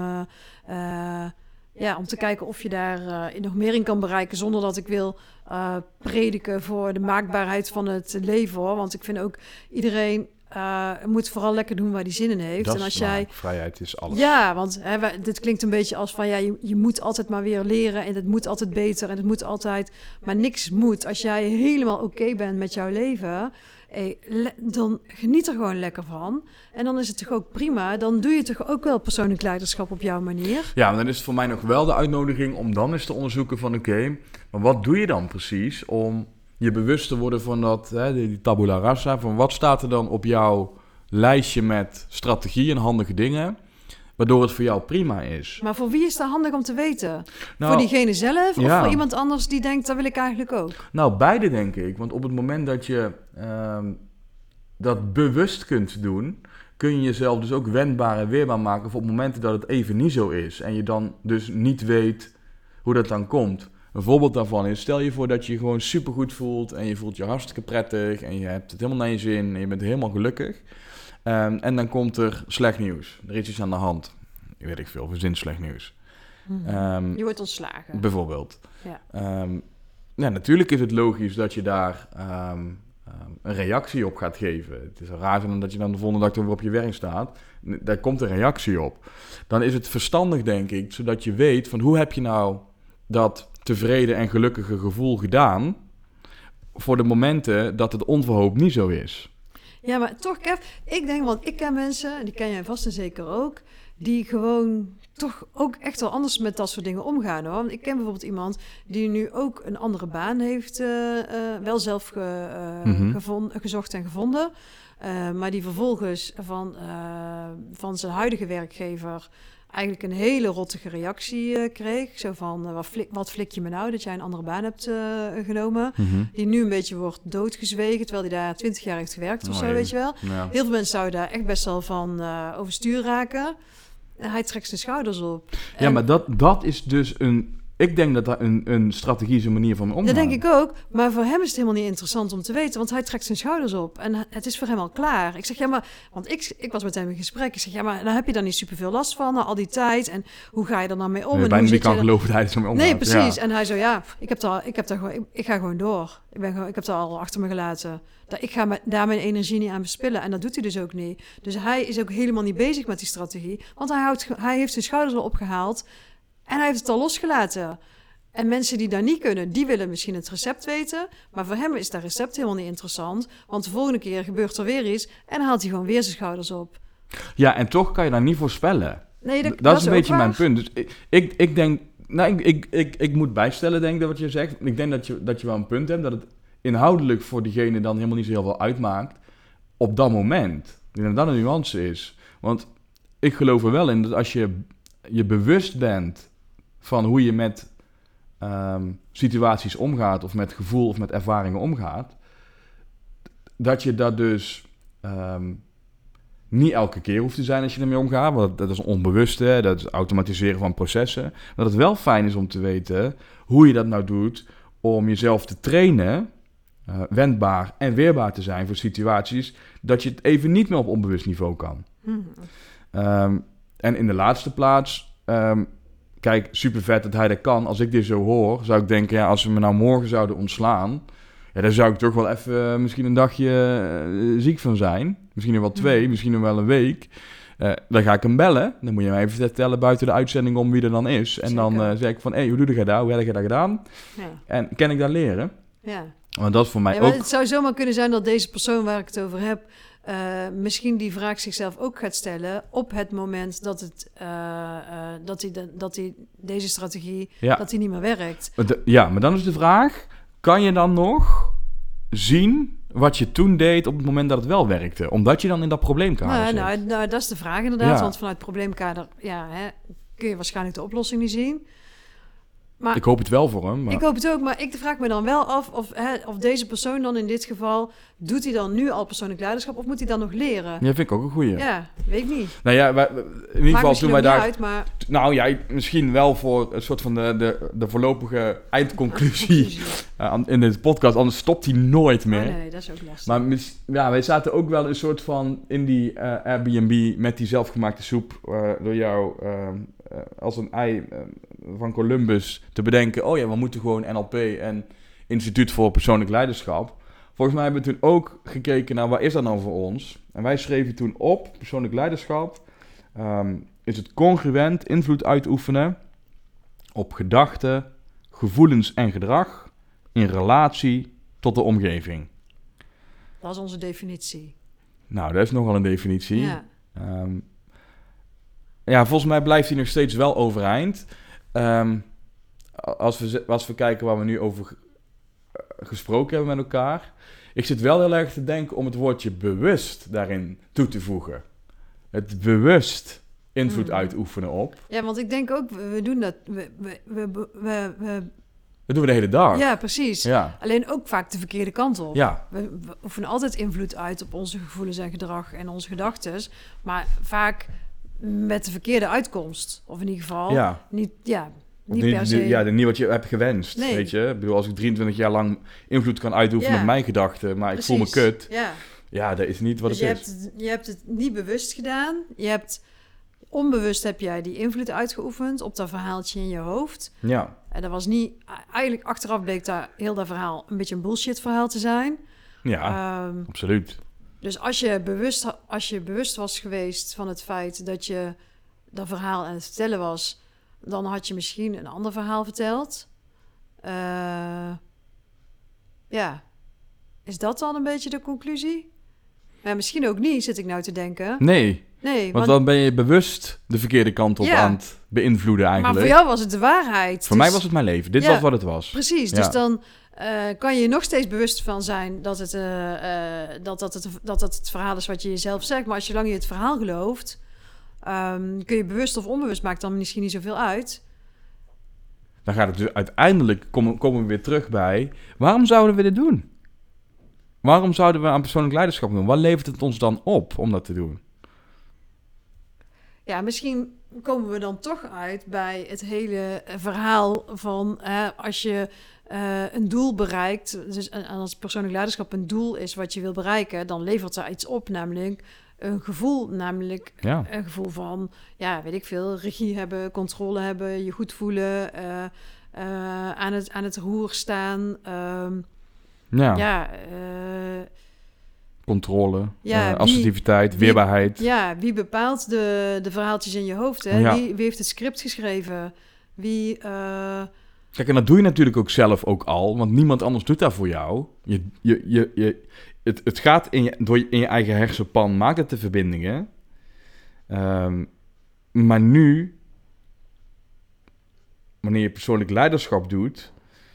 te kijken of je daar nog meer in kan bereiken. Zonder dat ik wil prediken voor de maakbaarheid van het leven, hoor. Want ik vind ook iedereen moet vooral lekker doen waar hij zin in heeft. Dat en als is, jij... vrijheid is alles. Ja, want dit klinkt een beetje als van... je moet altijd maar weer leren en het moet altijd beter en het moet altijd... Maar niks moet. Als jij helemaal oké bent met jouw leven... dan geniet er gewoon lekker van. En dan is het toch ook prima. Dan doe je toch ook wel persoonlijk leiderschap op jouw manier. Ja, maar dan is het voor mij nog wel de uitnodiging om dan eens te onderzoeken van oké, maar wat doe je dan precies om je bewust te worden van dat, die tabula rasa, van wat staat er dan op jouw lijstje met strategieën en handige dingen, waardoor het voor jou prima is. Maar voor wie is dat handig om te weten? Nou, voor diegene zelf of ja. voor iemand anders die denkt, dat wil ik eigenlijk ook? Nou, beide denk ik. Want op het moment dat je dat bewust kunt doen, kun je jezelf dus ook wendbaar en weerbaar maken voor op momenten dat het even niet zo is. En je dan dus niet weet hoe dat dan komt. Een voorbeeld daarvan is, stel je voor dat je je gewoon supergoed voelt en je voelt je hartstikke prettig en je hebt het helemaal naar je zin en je bent helemaal gelukkig. En dan komt er slecht nieuws. Er is iets aan de hand. Weet ik veel, verzin slecht nieuws. Je wordt ontslagen. Bijvoorbeeld. Ja. Natuurlijk is het logisch dat je daar een reactie op gaat geven. Het is raar zijn dat je dan de volgende dag weer op je werk staat. Daar komt een reactie op. Dan is het verstandig, denk ik, zodat je weet van hoe heb je nou dat tevreden en gelukkige gevoel gedaan voor de momenten dat het onverhoopt niet zo is. Ja, maar toch, Kev, ik denk, want ik ken mensen, die ken jij vast en zeker ook, die gewoon toch ook echt wel anders met dat soort dingen omgaan, hoor. Want ik ken bijvoorbeeld iemand die nu ook een andere baan heeft, wel zelf gezocht en gevonden, maar die vervolgens van zijn huidige werkgever eigenlijk een hele rottige reactie kreeg. Zo van, wat flik je me nou dat jij een andere baan hebt genomen. Die nu een beetje wordt doodgezwegen, terwijl hij daar 20 jaar heeft gewerkt of zo, weet je wel. Ja. Heel veel mensen zouden daar echt best wel van overstuur raken. En hij trekt zijn schouders op. Ja, maar dat is dus ik denk dat dat een strategische manier van omgaan. Dat denk ik ook, maar voor hem is het helemaal niet interessant om te weten, want hij trekt zijn schouders op en het is voor hem al klaar. Ik zeg, ja, maar, want ik was met hem in gesprek. Ik zeg, ja, maar dan heb je daar niet superveel last van, na al die tijd. En hoe ga je er dan mee om? Nee, en bijna hoe niet kan je geloven dat hij er zo mee omgaat. Nee, precies. Ja. En hij zo, ja, ik ga gewoon door. Ik heb het al achter me gelaten. Ik ga daar mijn energie niet aan verspillen. En dat doet hij dus ook niet. Dus hij is ook helemaal niet bezig met die strategie. Want hij heeft zijn schouders al opgehaald en hij heeft het al losgelaten. En mensen die daar niet kunnen, die willen misschien het recept weten. Maar voor hem is dat recept helemaal niet interessant. Want de volgende keer gebeurt er weer iets en dan haalt hij gewoon weer zijn schouders op. Ja, en toch kan je daar niet voorspellen. Nee, dat is een beetje waar. mijn punt. Dus ik denk, ik moet bijstellen, denk ik, dat wat je zegt. Ik denk dat je wel een punt hebt, dat het inhoudelijk voor diegene dan helemaal niet zo heel veel uitmaakt op dat moment. Ik denk dat dat een nuance is. Want ik geloof er wel in dat als je bewust bent van hoe je met situaties omgaat, of met gevoel of met ervaringen omgaat, dat je dat dus niet elke keer hoeft te zijn als je ermee omgaat, want dat is onbewuste, dat is automatiseren van processen. Dat het wel fijn is om te weten hoe je dat nou doet om jezelf te trainen, wendbaar en weerbaar te zijn voor situaties dat je het even niet meer op onbewust niveau kan. En in de laatste plaats, kijk, super vet dat hij dat kan. Als ik dit zo hoor, zou ik denken, ja, als we me nou morgen zouden ontslaan, ja, daar zou ik toch wel even misschien een dagje ziek van zijn. Misschien nog wel 2, misschien nog wel een week. Dan ga ik hem bellen. Dan moet je mij even vertellen buiten de uitzending om wie er dan is. En Zeker. dan zeg ik van, hoe doe je dat? Hoe heb je dat gedaan? Ja. En kan ik dat leren? Ja. Want dat is voor mij Maar ook... het zou zomaar kunnen zijn dat deze persoon waar ik het over heb, misschien die vraag zichzelf ook gaat stellen op het moment dat hij deze strategie dat die niet meer werkt. Ja, maar dan is de vraag, kan je dan nog zien wat je toen deed op het moment dat het wel werkte? Omdat je dan in dat probleemkader zit. Nou, dat is de vraag inderdaad. Ja. Want vanuit het probleemkader kun je waarschijnlijk de oplossing niet zien. Maar Ik hoop het wel voor hem. Maar... Ik hoop het ook, maar ik vraag me dan wel af of deze persoon dan in dit geval, doet hij dan nu al persoonlijk leiderschap of moet hij dan nog leren? Ja, vind ik ook een goeie. Ja, weet ik niet. Nou ja, in ieder geval toen wij daar... Uit, maar... Nou ja, misschien wel voor een soort van de voorlopige eindconclusie in deze podcast. Anders stopt hij nooit meer. Oh nee, dat is ook lastig. Maar wij zaten ook wel een soort van in die Airbnb met die zelfgemaakte soep door jou als een ei van Columbus te bedenken. Oh ja, we moeten gewoon NLP en Instituut voor Persoonlijk Leiderschap. Volgens mij hebben we toen ook gekeken naar waar is dat nou voor ons. En wij schreven toen op, persoonlijk leiderschap, is het congruent invloed uitoefenen op gedachten, gevoelens en gedrag in relatie tot de omgeving. Dat is onze definitie. Nou, dat is nogal een definitie. Ja. Ja, volgens mij blijft die nog steeds wel overeind. Als we kijken waar we nu over gesproken hebben met elkaar. Ik zit wel heel erg te denken om het woordje bewust daarin toe te voegen. Het bewust invloed uitoefenen op. Ja, want ik denk ook, we doen dat. Dat doen we de hele dag. Ja, precies. Ja. Alleen ook vaak de verkeerde kant op. Ja. We oefenen altijd invloed uit op onze gevoelens en gedrag en onze gedachtes. Maar vaak met de verkeerde uitkomst. Of in ieder geval niet per se. Niet wat je hebt gewenst, Nee. weet je. Ik bedoel, als ik 23 jaar lang invloed kan uitoefenen op mijn gedachten, maar Precies. ik voel me kut. Ja. Ja, dat is niet wat Dus het is. Je hebt het niet bewust gedaan. Onbewust heb jij die invloed uitgeoefend op dat verhaaltje in je hoofd. Ja. En dat was niet... Eigenlijk achteraf bleek heel dat verhaal een beetje een bullshit verhaal te zijn. Ja, absoluut. Dus als je bewust was geweest van het feit dat je dat verhaal aan het vertellen was, dan had je misschien een ander verhaal verteld. Is dat dan een beetje de conclusie? Ja, misschien ook niet, zit ik nou te denken. Nee, want dan ben je bewust de verkeerde kant op aan het beïnvloeden eigenlijk. Maar voor jou was het de waarheid. Voor mij was het mijn leven. Dit was wat het was. Precies, Ja. dus dan kan je nog steeds bewust van zijn dat het verhaal is wat je jezelf zegt. Maar als je lang je het verhaal gelooft, kun je bewust of onbewust, maakt dan misschien niet zoveel uit. Dan gaat het dus uiteindelijk, komen we weer terug bij, waarom zouden we dit doen? Waarom zouden we aan persoonlijk leiderschap doen? Wat levert het ons dan op om dat te doen? Ja, misschien komen we dan toch uit bij het hele verhaal van als je een doel bereikt, dus en als persoonlijk leiderschap een doel is wat je wil bereiken, dan levert daar iets op, namelijk een gevoel, een gevoel van, weet ik veel, regie hebben, controle hebben, je goed voelen, aan het roer staan. Controle, assertiviteit, weerbaarheid. Wie bepaalt de verhaaltjes in je hoofd? Hè? Ja. Wie heeft het script geschreven? Kijk, en dat doe je natuurlijk ook zelf ook al, want niemand anders doet dat voor jou. Het gaat in je eigen hersenpan, maakt het de verbindingen. Maar nu, wanneer je persoonlijk leiderschap doet,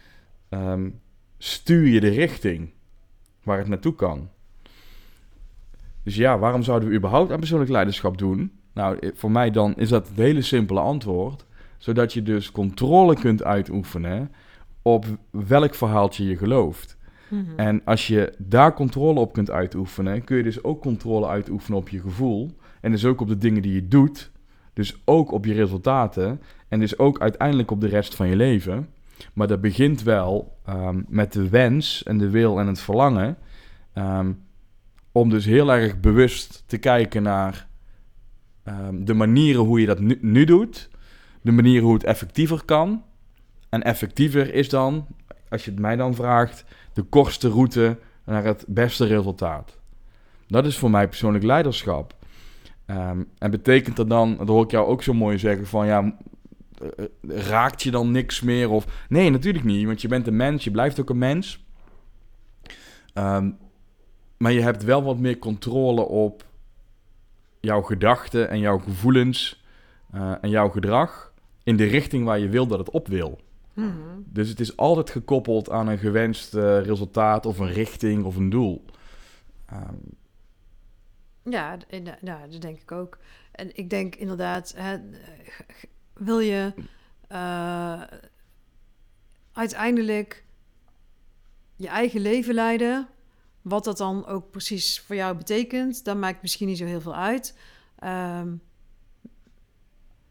stuur je de richting waar het naartoe kan. Dus ja, waarom zouden we überhaupt aan persoonlijk leiderschap doen? Nou, voor mij dan is dat het hele simpele antwoord. Zodat je dus controle kunt uitoefenen op welk verhaaltje je gelooft. Mm-hmm. En als je daar controle op kunt uitoefenen, kun je dus ook controle uitoefenen op je gevoel. En dus ook op de dingen die je doet. Dus ook op je resultaten. En dus ook uiteindelijk op de rest van je leven. Maar dat begint wel met de wens en de wil en het verlangen. Om dus heel erg bewust te kijken naar de manieren hoe je dat nu doet. De manieren hoe het effectiever kan. En effectiever is dan, als je het mij dan vraagt, de kortste route naar het beste resultaat. Dat is voor mij persoonlijk leiderschap. En betekent dat dan, dat hoor ik jou ook zo mooi zeggen, van raakt je dan niks meer? Of nee, natuurlijk niet, want je bent een mens, je blijft ook een mens. Maar je hebt wel wat meer controle op jouw gedachten en jouw gevoelens en jouw gedrag in de richting waar je wil dat het op wil. Mm-hmm. Dus het is altijd gekoppeld aan een gewenst resultaat of een richting of een doel. Dat denk ik ook. En ik denk inderdaad, wil je uiteindelijk je eigen leven leiden, wat dat dan ook precies voor jou betekent, dat maakt misschien niet zo heel veel uit.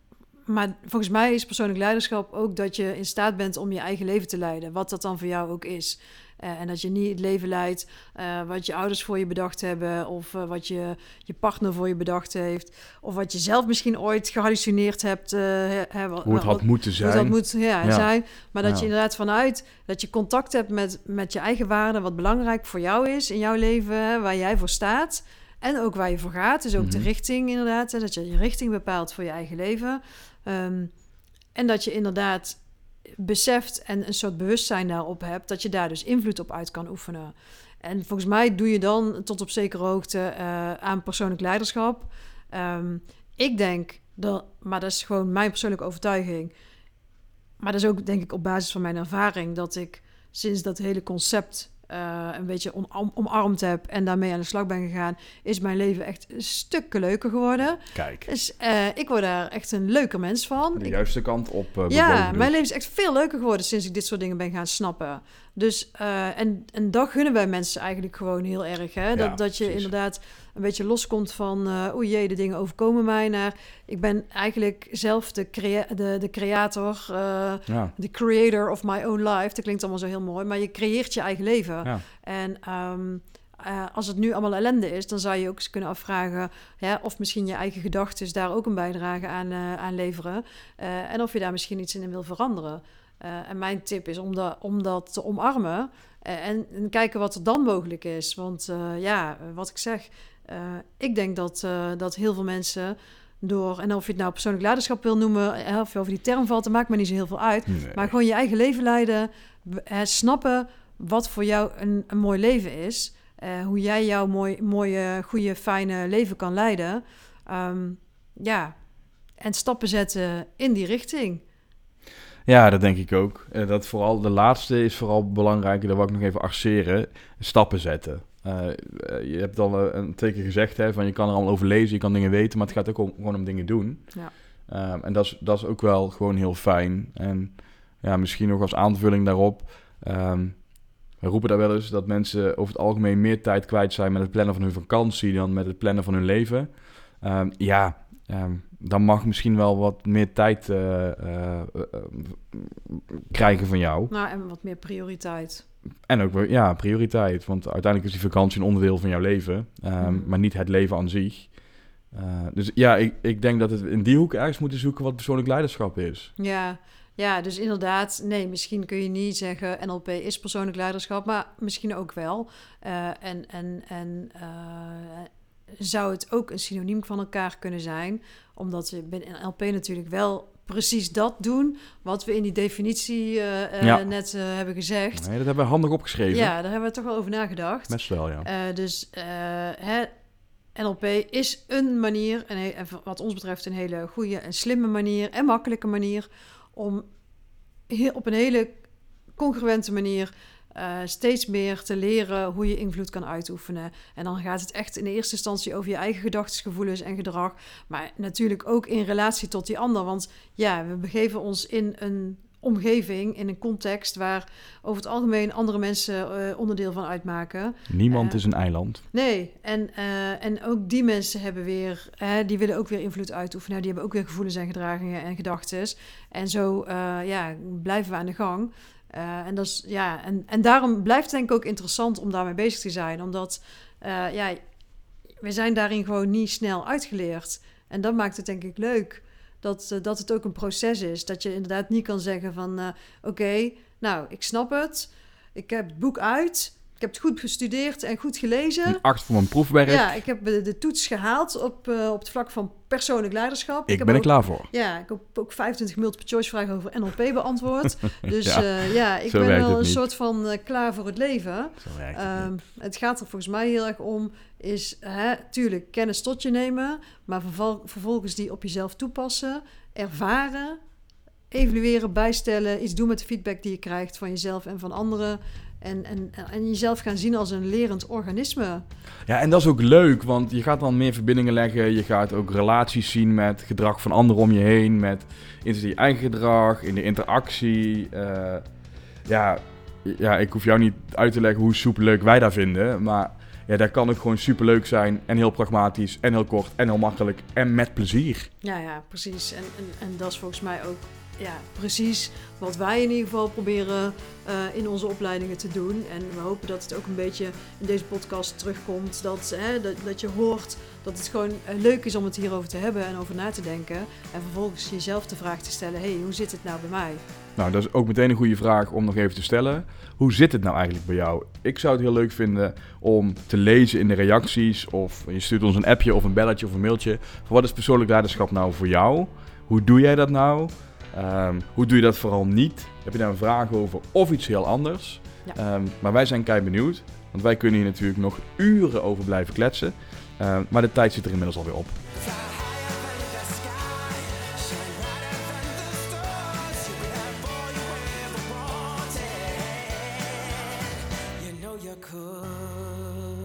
Maar volgens mij is persoonlijk leiderschap ook dat je in staat bent om je eigen leven te leiden. Wat dat dan voor jou ook is. En dat je niet het leven leidt wat je ouders voor je bedacht hebben. Of wat je partner voor je bedacht heeft. Of wat je zelf misschien ooit gehallucineerd hebt. Hoe het had moeten zijn. Hoe het had moeten zijn. Maar dat je inderdaad vanuit dat je contact hebt met je eigen waarden. Wat belangrijk voor jou is in jouw leven. Waar jij voor staat. En ook waar je voor gaat. Dus ook de richting inderdaad. Dat je je richting bepaalt voor je eigen leven. En dat je inderdaad beseft en een soort bewustzijn daarop hebt, dat je daar dus invloed op uit kan oefenen. En volgens mij doe je dan tot op zekere hoogte aan persoonlijk leiderschap. Ik denk, maar dat is gewoon mijn persoonlijke overtuiging, maar dat is ook denk ik op basis van mijn ervaring, dat ik sinds dat hele concept een beetje omarmd heb en daarmee aan de slag ben gegaan, is mijn leven echt een stuk leuker geworden. Kijk. Dus ik word daar echt een leuker mens van. De juiste kant op ja, mijn leven is echt veel leuker geworden sinds ik dit soort dingen ben gaan snappen. Dus, en dat gunnen wij mensen eigenlijk gewoon heel erg. Hè? Ja, dat je inderdaad een beetje loskomt van, oei jee, de dingen overkomen mij, naar ik ben eigenlijk zelf de creator, de creator of my own life. Dat klinkt allemaal zo heel mooi, maar je creëert je eigen leven. Ja. En als het nu allemaal ellende is, dan zou je ook eens kunnen afvragen, of misschien je eigen gedachten daar ook een bijdrage aan leveren. En of je daar misschien iets in wil veranderen. En mijn tip is om dat te omarmen en kijken wat er dan mogelijk is. Want wat ik zeg, ik denk dat heel veel mensen door, en of je het nou persoonlijk leiderschap wil noemen, of je over die term valt, dat maakt me niet zo heel veel uit. Nee. Maar gewoon je eigen leven leiden, snappen wat voor jou een mooi leven is. Hoe jij jouw mooie, goede, fijne leven kan leiden. En stappen zetten in die richting. Ja, dat denk ik ook. Dat vooral de laatste is vooral belangrijk. Dat wil ik nog even arceren. Stappen zetten. Je hebt al twee keer gezegd, hè, van je kan er allemaal over lezen, je kan dingen weten, maar het gaat ook gewoon om dingen doen. Ja. En dat is ook wel gewoon heel fijn. En ja, misschien nog als aanvulling daarop. We roepen daar wel eens dat mensen over het algemeen meer tijd kwijt zijn met het plannen van hun vakantie dan met het plannen van hun leven. Dan mag misschien wel wat meer tijd krijgen van jou. Nou, en wat meer prioriteit. En ook, prioriteit. Want uiteindelijk is die vakantie een onderdeel van jouw leven. Maar niet het leven aan zich. Dus ja, ik denk dat het in die hoek ergens moeten zoeken wat persoonlijk leiderschap is. Ja, dus inderdaad, nee, misschien kun je niet zeggen NLP is persoonlijk leiderschap, maar misschien ook wel. Zou het ook een synoniem van elkaar kunnen zijn, omdat we binnen NLP natuurlijk wel precies dat doen wat we in die definitie net hebben gezegd. Nee, dat hebben we handig opgeschreven. Ja, daar hebben we toch wel over nagedacht. Best wel, ja. NLP is een manier, en wat ons betreft een hele goede en slimme manier en makkelijke manier om op een hele congruente manier steeds meer te leren hoe je invloed kan uitoefenen. En dan gaat het echt in de eerste instantie over je eigen gedachten, gevoelens en gedrag, maar natuurlijk ook in relatie tot die ander. Want ja, we begeven ons in een omgeving, in een context waar over het algemeen andere mensen onderdeel van uitmaken. Niemand is een eiland. Nee, en ook die mensen hebben weer, die willen ook weer invloed uitoefenen. Die hebben ook weer gevoelens en gedragingen en gedachten. En zo blijven we aan de gang. En daarom blijft het denk ik ook interessant om daarmee bezig te zijn. Omdat we zijn daarin gewoon niet snel uitgeleerd. En dat maakt het denk ik leuk. Dat het ook een proces is. Dat je inderdaad niet kan zeggen van oké, nou, ik snap het. Ik heb het boek uit. Ik heb het goed gestudeerd en goed gelezen. Een 8 voor mijn proefwerk. Ja, ik heb de toets gehaald op het vlak van persoonlijk leiderschap. Ik ben er klaar voor. Ja, ik heb ook 25 multiple choice vragen over NLP beantwoord. Dus ik ben wel een soort van klaar voor het leven. Het gaat er volgens mij heel erg om, is tuurlijk kennis tot je nemen, maar vervolgens die op jezelf toepassen, ervaren, evalueren, bijstellen, iets doen met de feedback die je krijgt van jezelf en van anderen. En jezelf gaan zien als een lerend organisme. Ja, en dat is ook leuk, want je gaat dan meer verbindingen leggen. Je gaat ook relaties zien met gedrag van anderen om je heen. Met in je eigen gedrag, in de interactie. Ik hoef jou niet uit te leggen hoe superleuk wij dat vinden. Maar Ja, dat kan ook gewoon superleuk zijn en heel pragmatisch en heel kort en heel makkelijk en met plezier. Ja, precies. En dat is volgens mij ook precies wat wij in ieder geval proberen in onze opleidingen te doen. En we hopen dat het ook een beetje in deze podcast terugkomt. Dat je hoort dat het gewoon leuk is om het hierover te hebben en over na te denken. En vervolgens jezelf de vraag te stellen, hey, hoe zit het nou bij mij? Nou, dat is ook meteen een goede vraag om nog even te stellen. Hoe zit het nou eigenlijk bij jou? Ik zou het heel leuk vinden om te lezen in de reacties. Of je stuurt ons een appje of een belletje of een mailtje. Wat is persoonlijk leiderschap nou voor jou? Hoe doe jij dat nou? Hoe doe je dat vooral niet? Heb je daar een vraag over of iets heel anders? Ja. Maar wij zijn kei benieuwd. Want wij kunnen hier natuurlijk nog uren over blijven kletsen. Maar de tijd zit er inmiddels alweer op. You could.